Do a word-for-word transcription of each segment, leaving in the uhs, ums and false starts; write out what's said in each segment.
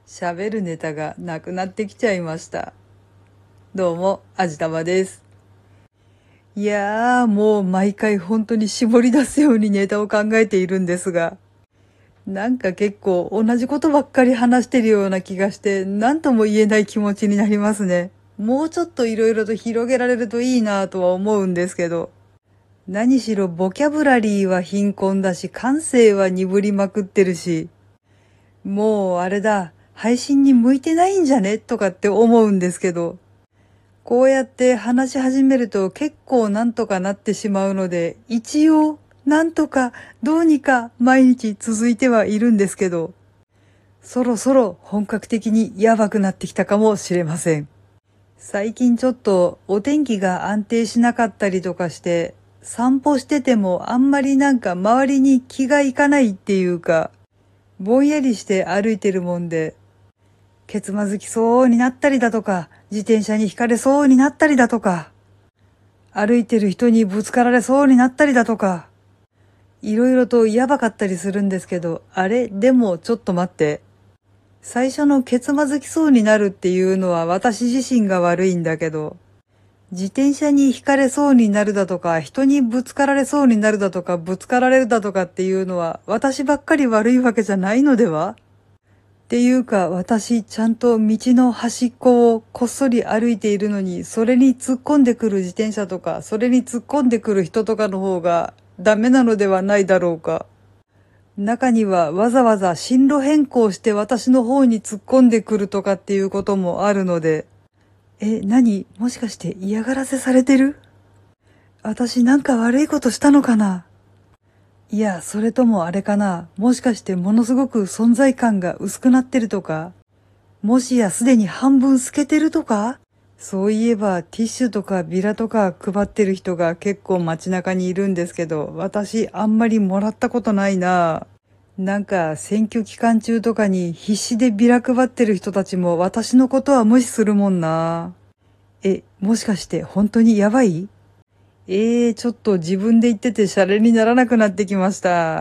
喋るネタがなくなってきちゃいました。どうも、あじたまです。いやー、もう毎回本当に絞り出すようにネタを考えているんですが、なんか結構同じことばっかり話してるような気がして、なんとも言えない気持ちになりますね。もうちょっといろいろと広げられるといいなとは思うんですけど、何しろボキャブラリーは貧困だし、感性は鈍りまくってるし、もうあれだ、配信に向いてないんじゃねとかって思うんですけど、こうやって話し始めると結構なんとかなってしまうので、一応なんとかどうにか毎日続いてはいるんですけど、そろそろ本格的にやばくなってきたかもしれません。最近ちょっとお天気が安定しなかったりとかして、散歩しててもあんまりなんか周りに気がいかないっていうか、ぼんやりして歩いてるもんで、けつまずきそうになったりだとか、自転車にひかれそうになったりだとか、歩いてる人にぶつかられそうになったりだとか、いろいろとやばかったりするんですけど、あれでもちょっと待って。最初のけつまずきそうになるっていうのは私自身が悪いんだけど、自転車にひかれそうになるだとか、人にぶつかられそうになるだとか、ぶつかられるだとかっていうのは私ばっかり悪いわけじゃないのではっていうか、私、ちゃんと道の端っこをこっそり歩いているのに、それに突っ込んでくる自転車とか、それに突っ込んでくる人とかの方がダメなのではないだろうか。中にはわざわざ進路変更して私の方に突っ込んでくるとかっていうこともあるので、え、何？もしかして嫌がらせされてる？私なんか悪いことしたのかな？いや、それともあれかな。もしかしてものすごく存在感が薄くなってるとか？もしやすでに半分透けてるとか？そういえばティッシュとかビラとか配ってる人が結構街中にいるんですけど、私あんまりもらったことないな。なんか選挙期間中とかに必死でビラ配ってる人たちも私のことは無視するもんな。え、もしかして本当にやばい？えー、ちょっと自分で言っててシャレにならなくなってきました。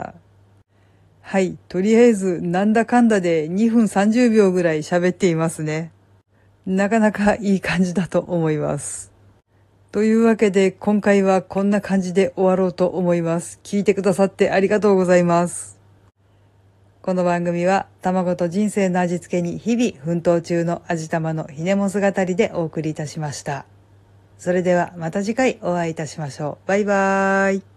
はい。とりあえず、なんだかんだでにふんさんじゅうびょうぐらい喋っていますね。なかなかいい感じだと思います。というわけで、今回はこんな感じで終わろうと思います。聞いてくださってありがとうございます。この番組は、卵と人生の味付けに日々奮闘中の味玉のひねも姿りでお送りいたしました。それではまた次回お会いいたしましょう。バイバーイ。